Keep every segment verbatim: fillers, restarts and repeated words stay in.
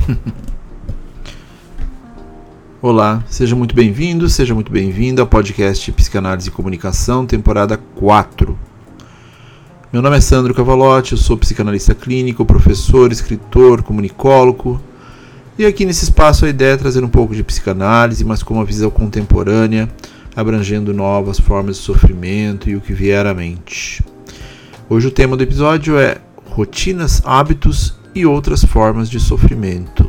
Olá, seja muito bem-vindo, seja muito bem-vinda ao podcast Psicanálise e Comunicação, temporada quatro. Meu nome é Sandro Cavalotti, eu sou psicanalista clínico, professor, escritor, comunicólogo, e aqui nesse espaço a ideia é trazer um pouco de psicanálise, mas com uma visão contemporânea, abrangendo novas formas de sofrimento e o que vier à mente. Hoje o tema do episódio é rotinas, hábitos e outras formas de sofrimento.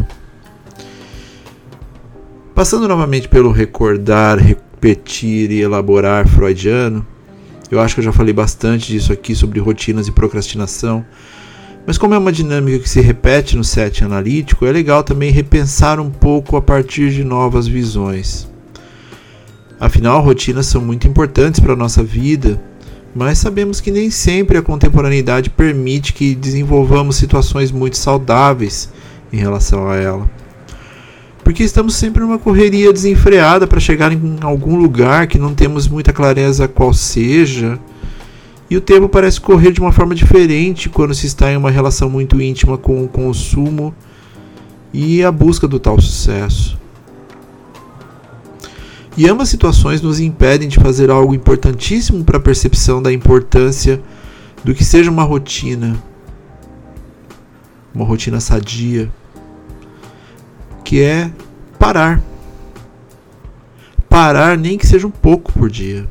Passando novamente pelo recordar, repetir e elaborar freudiano, eu acho que eu já falei bastante disso aqui sobre rotinas e procrastinação, mas como é uma dinâmica que se repete no setting analítico, é legal também repensar um pouco a partir de novas visões. Afinal, rotinas são muito importantes para a nossa vida, mas sabemos que nem sempre a contemporaneidade permite que desenvolvamos situações muito saudáveis em relação a ela. Porque estamos sempre numa correria desenfreada para chegar em algum lugar que não temos muita clareza qual seja, e o tempo parece correr de uma forma diferente quando se está em uma relação muito íntima com o consumo e a busca do tal sucesso. E ambas situações nos impedem de fazer algo importantíssimo para a percepção da importância do que seja uma rotina, uma rotina sadia, que é parar. Parar nem que seja um pouco por dia.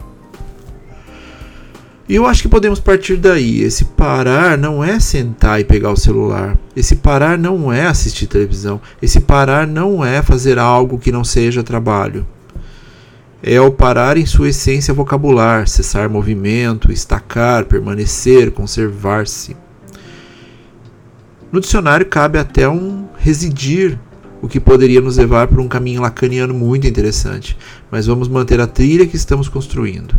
E eu acho que podemos partir daí. Esse parar não é sentar e pegar o celular. Esse parar não é assistir televisão. Esse parar não é fazer algo que não seja trabalho. É o parar em sua essência vocabular, cessar movimento, estacar, permanecer, conservar-se. No dicionário cabe até um residir, o que poderia nos levar por um caminho lacaniano muito interessante, mas vamos manter a trilha que estamos construindo.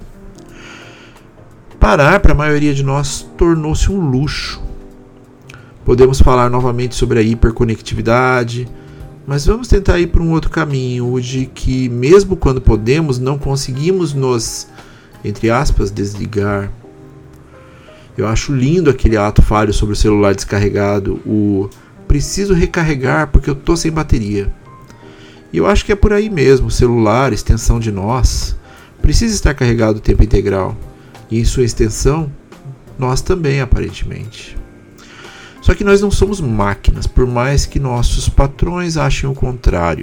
Parar, para a maioria de nós, tornou-se um luxo. Podemos falar novamente sobre a hiperconectividade, mas vamos tentar ir por um outro caminho, o de que, mesmo quando podemos, não conseguimos nos, entre aspas, desligar. Eu acho lindo aquele ato falho sobre o celular descarregado, o preciso recarregar porque eu estou sem bateria. E eu acho que é por aí mesmo, o celular, extensão de nós, precisa estar carregado o tempo integral. E em sua extensão, nós também, aparentemente. Só que nós não somos máquinas, por mais que nossos patrões achem o contrário.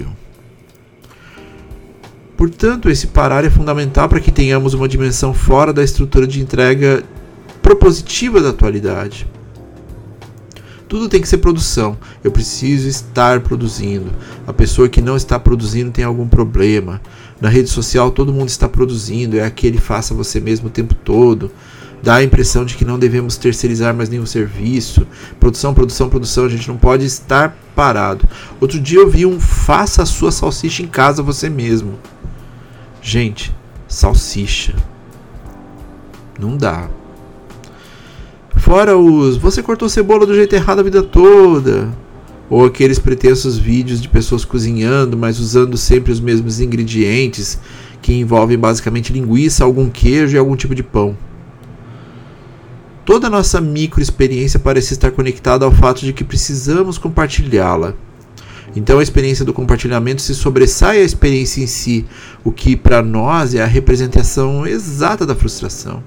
Portanto, esse parar é fundamental para que tenhamos uma dimensão fora da estrutura de entrega propositiva da atualidade. Tudo tem que ser produção. Eu preciso estar produzindo. A pessoa que não está produzindo tem algum problema. Na rede social todo mundo está produzindo. É aquele faça você mesmo o tempo todo. Dá a impressão de que não devemos terceirizar mais nenhum serviço. Produção, produção, produção. A gente não pode estar parado. Outro dia eu vi um faça a sua salsicha em casa você mesmo. Gente, salsicha. Não dá. Fora os você cortou cebola do jeito errado a vida toda, ou aqueles pretensos vídeos de pessoas cozinhando, mas usando sempre os mesmos ingredientes, que envolvem basicamente linguiça, algum queijo e algum tipo de pão. Toda a nossa microexperiência parece estar conectada ao fato de que precisamos compartilhá-la. Então a experiência do compartilhamento se sobressai à experiência em si, o que para nós é a representação exata da frustração.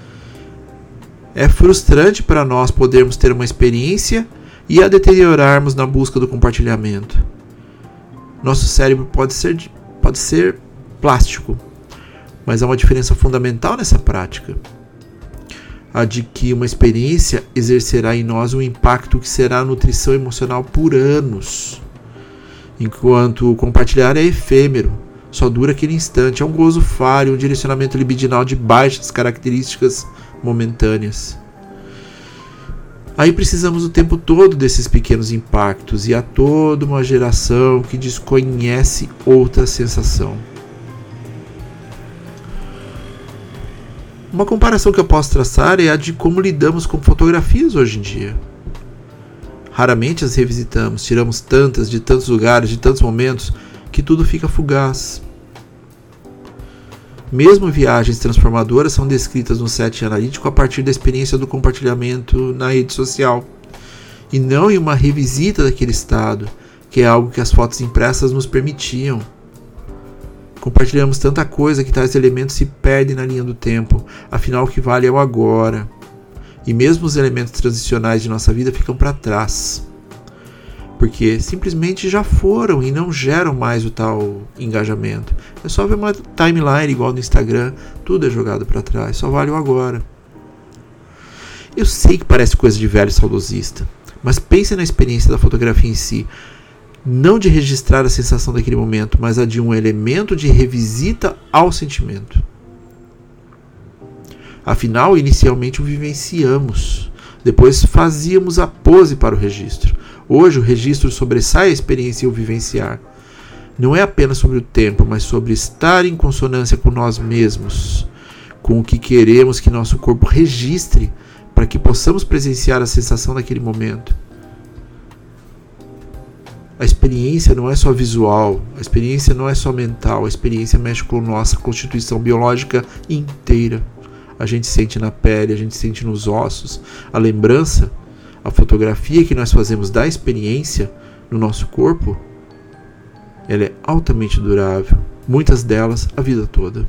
É frustrante para nós podermos ter uma experiência e a deteriorarmos na busca do compartilhamento. Nosso cérebro pode ser, pode ser plástico, mas há uma diferença fundamental nessa prática. A de que uma experiência exercerá em nós um impacto que será nutrição emocional por anos, enquanto o compartilhar é efêmero, só dura aquele instante, é um gozo falho, um direcionamento libidinal de baixas características momentâneas. Aí precisamos o tempo todo desses pequenos impactos e há toda uma geração que desconhece outra sensação. Uma comparação que eu posso traçar é a de como lidamos com fotografias hoje em dia. Raramente as revisitamos, tiramos tantas de tantos lugares, de tantos momentos, que tudo fica fugaz. Mesmo viagens transformadoras são descritas no setting analítico a partir da experiência do compartilhamento na rede social. e não em uma revisita daquele estado, que é algo que as fotos impressas nos permitiam. Compartilhamos tanta coisa que tais elementos se perdem na linha do tempo, afinal o que vale é o agora. E mesmo os elementos transicionais de nossa vida ficam para trás, porque simplesmente já foram e não geram mais o tal engajamento. É só ver uma timeline igual no Instagram, tudo é jogado para trás, só vale o agora. Eu sei que parece coisa de velho saudosista, mas pense na experiência da fotografia em si, não de registrar a sensação daquele momento, mas a de um elemento de revisita ao sentimento. Afinal, inicialmente o vivenciamos, depois fazíamos a pose para o registro. Hoje o registro sobressai a experiência e o vivenciar. Não é apenas sobre o tempo, mas sobre estar em consonância com nós mesmos, com o que queremos que nosso corpo registre, para que possamos presenciar a sensação daquele momento. A experiência não é só visual, a experiência não é só mental, a experiência mexe com nossa constituição biológica inteira. A gente sente na pele, a gente sente nos ossos. A lembrança, a fotografia que nós fazemos da experiência no nosso corpo, ela é altamente durável, muitas delas a vida toda.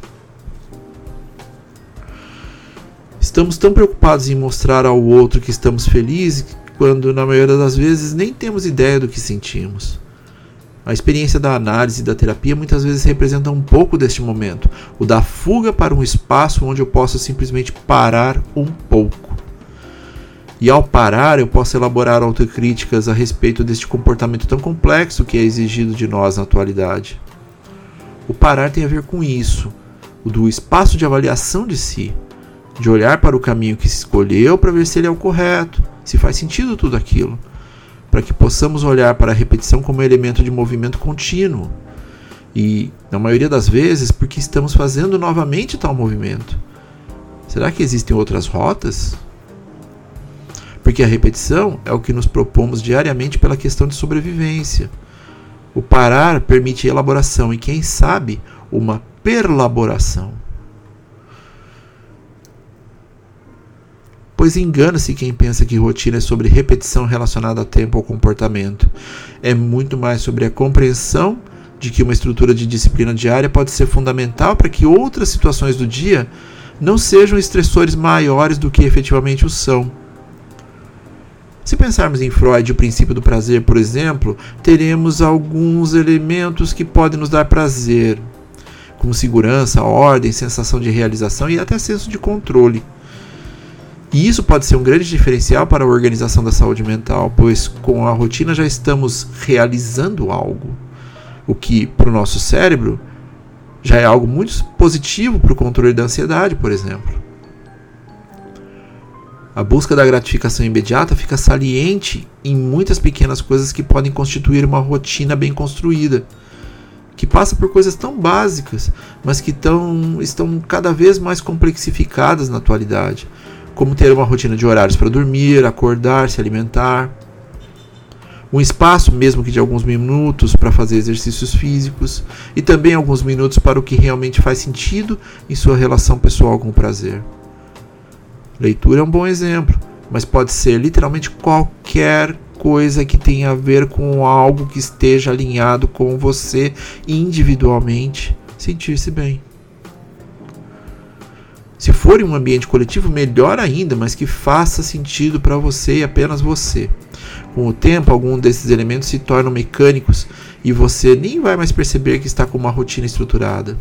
Estamos tão preocupados em mostrar ao outro que estamos felizes, quando na maioria das vezes nem temos ideia do que sentimos. A experiência da análise e da terapia muitas vezes representa um pouco deste momento, o da fuga para um espaço onde eu posso simplesmente parar um pouco. E ao parar eu posso elaborar autocríticas a respeito deste comportamento tão complexo que é exigido de nós na atualidade. O parar tem a ver com isso, o do espaço de avaliação de si, de olhar para o caminho que se escolheu para ver se ele é o correto, se faz sentido tudo aquilo, para que possamos olhar para a repetição como elemento de movimento contínuo. E, na maioria das vezes, porque estamos fazendo novamente tal movimento. Será que existem outras rotas? Porque a repetição é o que nos propomos diariamente pela questão de sobrevivência. O parar permite elaboração e, quem sabe, uma perlaboração. Pois engana-se quem pensa que rotina é sobre repetição relacionada a tempo ou comportamento. É muito mais sobre a compreensão de que uma estrutura de disciplina diária pode ser fundamental para que outras situações do dia não sejam estressores maiores do que efetivamente o são. Se pensarmos em Freud e o princípio do prazer, por exemplo, teremos alguns elementos que podem nos dar prazer, como segurança, ordem, sensação de realização e até senso de controle. E isso pode ser um grande diferencial para a organização da saúde mental, pois com a rotina já estamos realizando algo, o que para o nosso cérebro já é algo muito positivo para o controle da ansiedade, por exemplo. A busca da gratificação imediata fica saliente em muitas pequenas coisas que podem constituir uma rotina bem construída, que passa por coisas tão básicas, mas que tão, estão cada vez mais complexificadas na atualidade, como ter uma rotina de horários para dormir, acordar, se alimentar, um espaço, mesmo que de alguns minutos, para fazer exercícios físicos, e também alguns minutos para o que realmente faz sentido em sua relação pessoal com o prazer. Leitura é um bom exemplo, mas pode ser literalmente qualquer coisa que tenha a ver com algo que esteja alinhado com você individualmente, sentir-se bem. Se for em um ambiente coletivo, melhor ainda, mas que faça sentido para você e apenas você. Com o tempo, alguns desses elementos se tornam mecânicos e você nem vai mais perceber que está com uma rotina estruturada.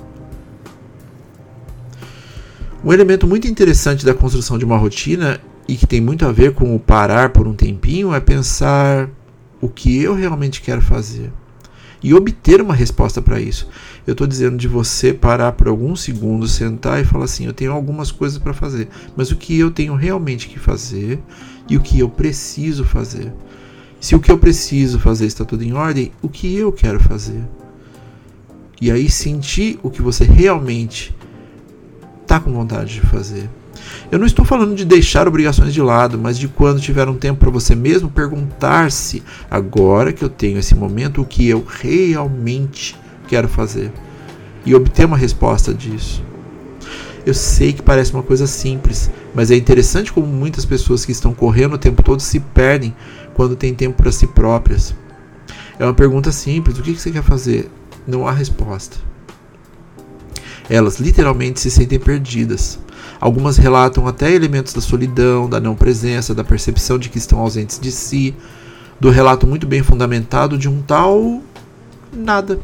Um elemento muito interessante da construção de uma rotina e que tem muito a ver com o parar por um tempinho é pensar o que eu realmente quero fazer e obter uma resposta para isso. Eu estou dizendo de você parar por alguns segundos, sentar e falar assim, eu tenho algumas coisas para fazer, mas o que eu tenho realmente que fazer e o que eu preciso fazer. Se o que eu preciso fazer está tudo em ordem, o que eu quero fazer? E aí sentir o que você realmente está com vontade de fazer. Eu não estou falando de deixar obrigações de lado, mas de quando tiver um tempo para você mesmo perguntar-se, agora que eu tenho esse momento, o que eu realmente quero fazer, e obter uma resposta disso. Eu sei que parece uma coisa simples, mas é interessante como muitas pessoas que estão correndo o tempo todo se perdem quando tem tempo para si próprias. É uma pergunta simples: o que você quer fazer? Não há resposta. Elas literalmente se sentem perdidas. Algumas relatam até elementos da solidão, da não presença, da percepção de que estão ausentes de si, do relato muito bem fundamentado de um tal nada.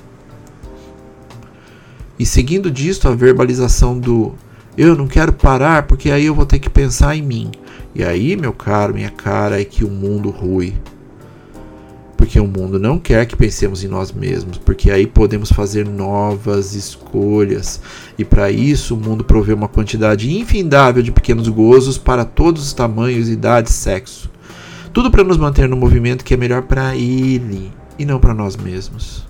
E seguindo disto, a verbalização do eu não quero parar porque aí eu vou ter que pensar em mim. E aí, meu caro, minha cara, é que o mundo rui. Porque o mundo não quer que pensemos em nós mesmos, porque aí podemos fazer novas escolhas. E para isso o mundo provê uma quantidade infindável de pequenos gozos para todos os tamanhos, idades, sexo. Tudo para nos manter no movimento que é melhor para ele e não para nós mesmos.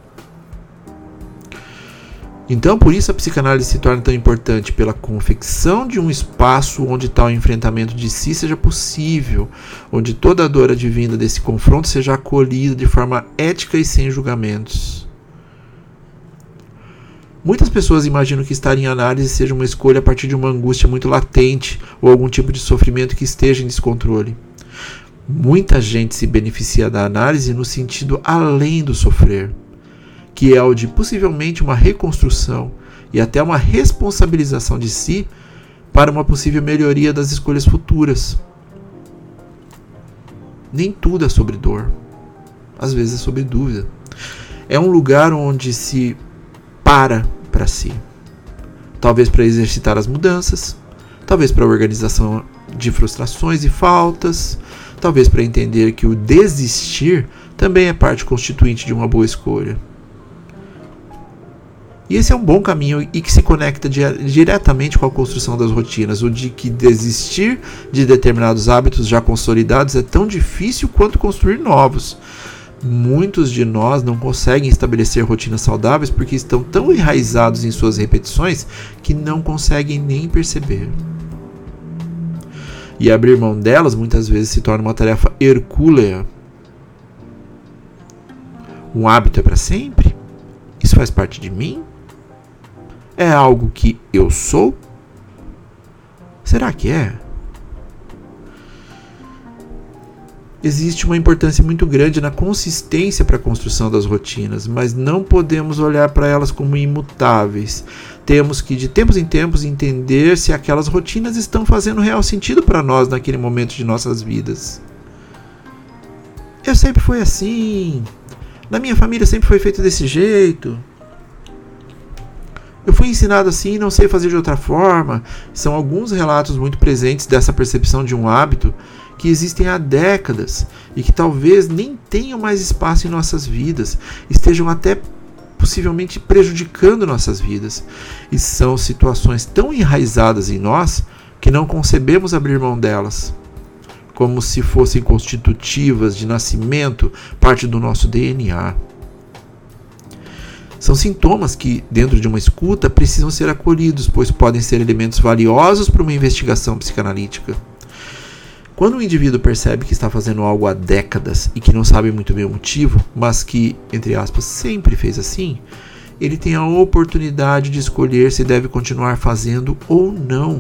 Então, por isso a psicanálise se torna tão importante, pela confecção de um espaço onde tal enfrentamento de si seja possível, onde toda a dor advinda desse confronto seja acolhida de forma ética e sem julgamentos. Muitas pessoas imaginam que estar em análise seja uma escolha a partir de uma angústia muito latente ou algum tipo de sofrimento que esteja em descontrole. Muita gente se beneficia da análise no sentido além do sofrer, que é o de possivelmente uma reconstrução e até uma responsabilização de si para uma possível melhoria das escolhas futuras. Nem tudo é sobre dor. Às vezes é sobre dúvida. É um lugar onde se para para si. Talvez para exercitar as mudanças, talvez para a organização de frustrações e faltas, talvez para entender que o desistir também é parte constituinte de uma boa escolha. E esse é um bom caminho e que se conecta di- diretamente com a construção das rotinas, o de que desistir de determinados hábitos já consolidados é tão difícil quanto construir novos. Muitos de nós não conseguem estabelecer rotinas saudáveis porque estão tão enraizados em suas repetições que não conseguem nem perceber. E abrir mão delas muitas vezes se torna uma tarefa hercúlea. Um hábito é para sempre? Isso faz parte de mim? É algo que eu sou? Será que é? Existe uma importância muito grande na consistência para a construção das rotinas, mas não podemos olhar para elas como imutáveis. Temos que, de tempos em tempos, entender se aquelas rotinas estão fazendo real sentido para nós naquele momento de nossas vidas. Eu sempre fui assim. Na minha família sempre foi feito desse jeito. Eu fui ensinado assim e não sei fazer de outra forma. São alguns relatos muito presentes dessa percepção de um hábito que existem há décadas e que talvez nem tenham mais espaço em nossas vidas, estejam até possivelmente prejudicando nossas vidas. E são situações tão enraizadas em nós que não concebemos abrir mão delas, como se fossem constitutivas de nascimento, parte do nosso D N A. São sintomas que, dentro de uma escuta, precisam ser acolhidos, pois podem ser elementos valiosos para uma investigação psicanalítica. Quando o indivíduo percebe que está fazendo algo há décadas e que não sabe muito bem o motivo, mas que, entre aspas, sempre fez assim, ele tem a oportunidade de escolher se deve continuar fazendo ou não.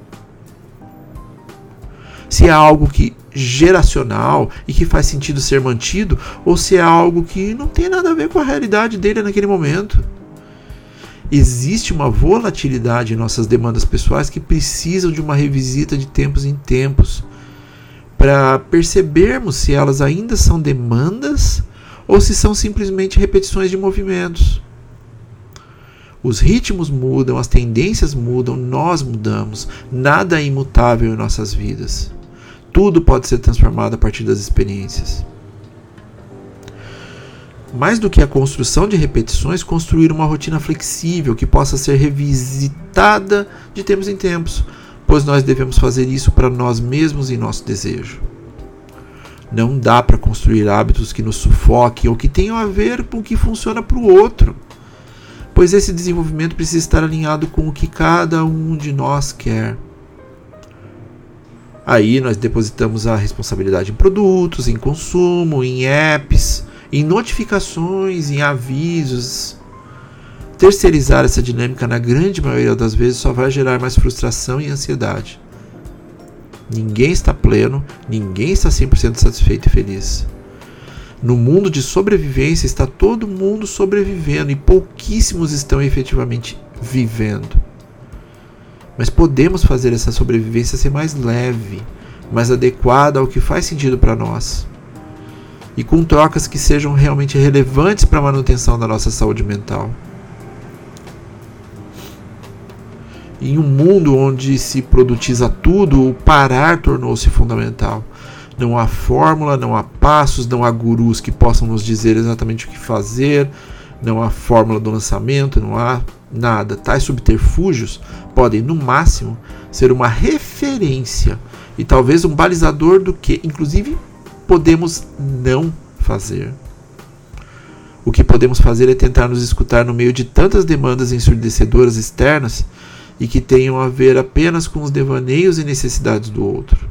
Se é algo que geracional e que faz sentido ser mantido, ou se é algo que não tem nada a ver com a realidade dele naquele momento. Existe uma volatilidade em nossas demandas pessoais que precisam de uma revisita de tempos em tempos, para percebermos se elas ainda são demandas ou se são simplesmente repetições de movimentos. Os ritmos mudam, as tendências mudam, nós mudamos. Nada é imutável em nossas vidas. Tudo pode ser transformado a partir das experiências. Mais do que a construção de repetições, construir uma rotina flexível que possa ser revisitada de tempos em tempos, pois nós devemos fazer isso para nós mesmos e nosso desejo. Não dá para construir hábitos que nos sufoquem ou que tenham a ver com o que funciona para o outro, pois esse desenvolvimento precisa estar alinhado com o que cada um de nós quer. Aí nós depositamos a responsabilidade em produtos, em consumo, em apps, em notificações, em avisos. terceirizar essa dinâmica, na grande maioria das vezes, só vai gerar mais frustração e ansiedade. Ninguém está pleno, ninguém está cem por cento satisfeito e feliz. No mundo de sobrevivência está todo mundo sobrevivendo e pouquíssimos estão efetivamente vivendo. Mas podemos fazer essa sobrevivência ser mais leve, mais adequada ao que faz sentido para nós. E com trocas que sejam realmente relevantes para a manutenção da nossa saúde mental. Em um mundo onde se produtiza tudo, o parar tornou-se fundamental. Não há fórmula, não há passos, não há gurus que possam nos dizer exatamente o que fazer, não há fórmula do lançamento, não há nada. Tais subterfúgios podem, no máximo, ser uma referência e talvez um balizador do que, inclusive, podemos não fazer. O que podemos fazer é tentar nos escutar no meio de tantas demandas ensurdecedoras externas e que tenham a ver apenas com os devaneios e necessidades do outro.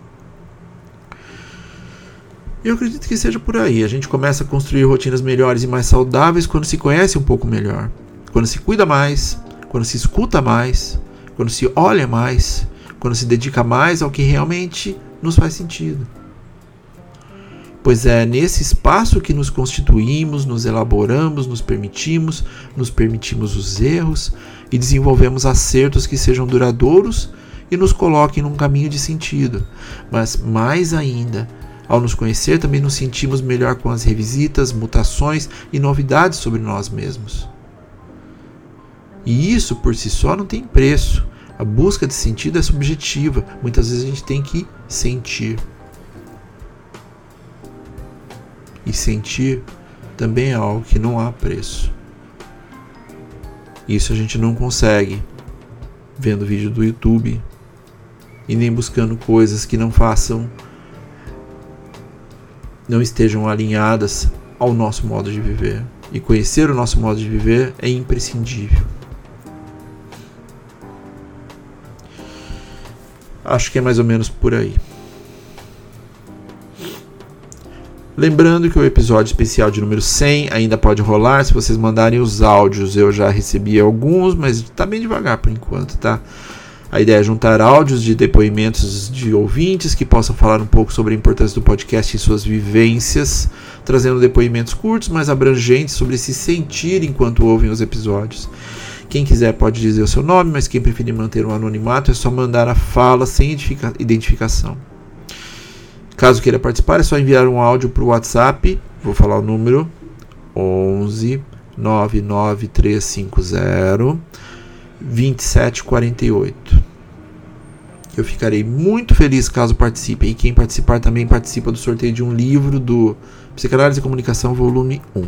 Eu acredito que seja por aí. A gente começa a construir rotinas melhores e mais saudáveis quando se conhece um pouco melhor, quando se cuida mais, quando se escuta mais, quando se olha mais, quando se dedica mais ao que realmente nos faz sentido. Pois é nesse espaço que nos constituímos, nos elaboramos, nos permitimos, nos permitimos os erros e desenvolvemos acertos que sejam duradouros e nos coloquem num caminho de sentido. Mas mais ainda, ao nos conhecer, também nos sentimos melhor com as revisitas, mutações e novidades sobre nós mesmos. E isso por si só não tem preço. A busca de sentido é subjetiva. Muitas vezes a gente tem que sentir. E sentir também é algo que não há preço. Isso a gente não consegue vendo vídeo do YouTube e nem buscando coisas que não façam, não estejam alinhadas ao nosso modo de viver. E conhecer o nosso modo de viver é imprescindível. Acho que é mais ou menos por aí. Lembrando que o episódio especial de número cem ainda pode rolar se vocês mandarem os áudios. Eu já recebi alguns, mas está bem devagar por enquanto, tá? A ideia é juntar áudios de depoimentos de ouvintes que possam falar um pouco sobre a importância do podcast e suas vivências, trazendo depoimentos curtos, mas abrangentes sobre se sentir enquanto ouvem os episódios. Quem quiser pode dizer o seu nome, mas quem preferir manter o anonimato é só mandar a fala sem identificação. Caso queira participar, é só enviar um áudio para o WhatsApp. Vou falar o número: onze nove nove três cinco zero dois sete quatro oito. Eu ficarei muito feliz caso participem. E quem participar também participa do sorteio de um livro do Psicanálise e Comunicação, volume um.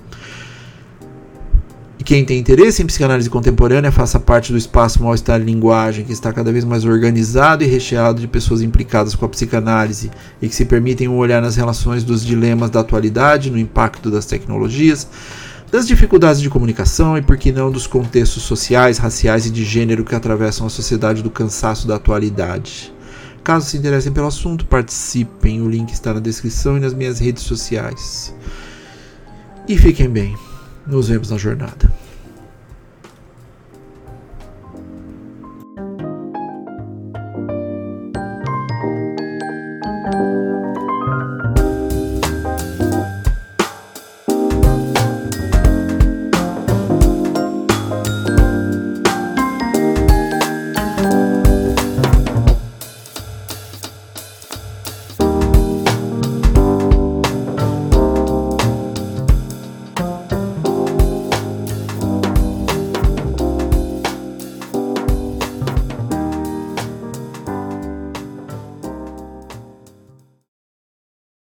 E quem tem interesse em psicanálise contemporânea, faça parte do espaço Mal-Estar e Linguagem, que está cada vez mais organizado e recheado de pessoas implicadas com a psicanálise e que se permitem um olhar nas relações dos dilemas da atualidade, no impacto das tecnologias, das dificuldades de comunicação e, por que não, dos contextos sociais, raciais e de gênero que atravessam a sociedade do cansaço da atualidade. Caso se interessem pelo assunto, participem. O link está na descrição e nas minhas redes sociais. E fiquem bem. Nos vemos na jornada.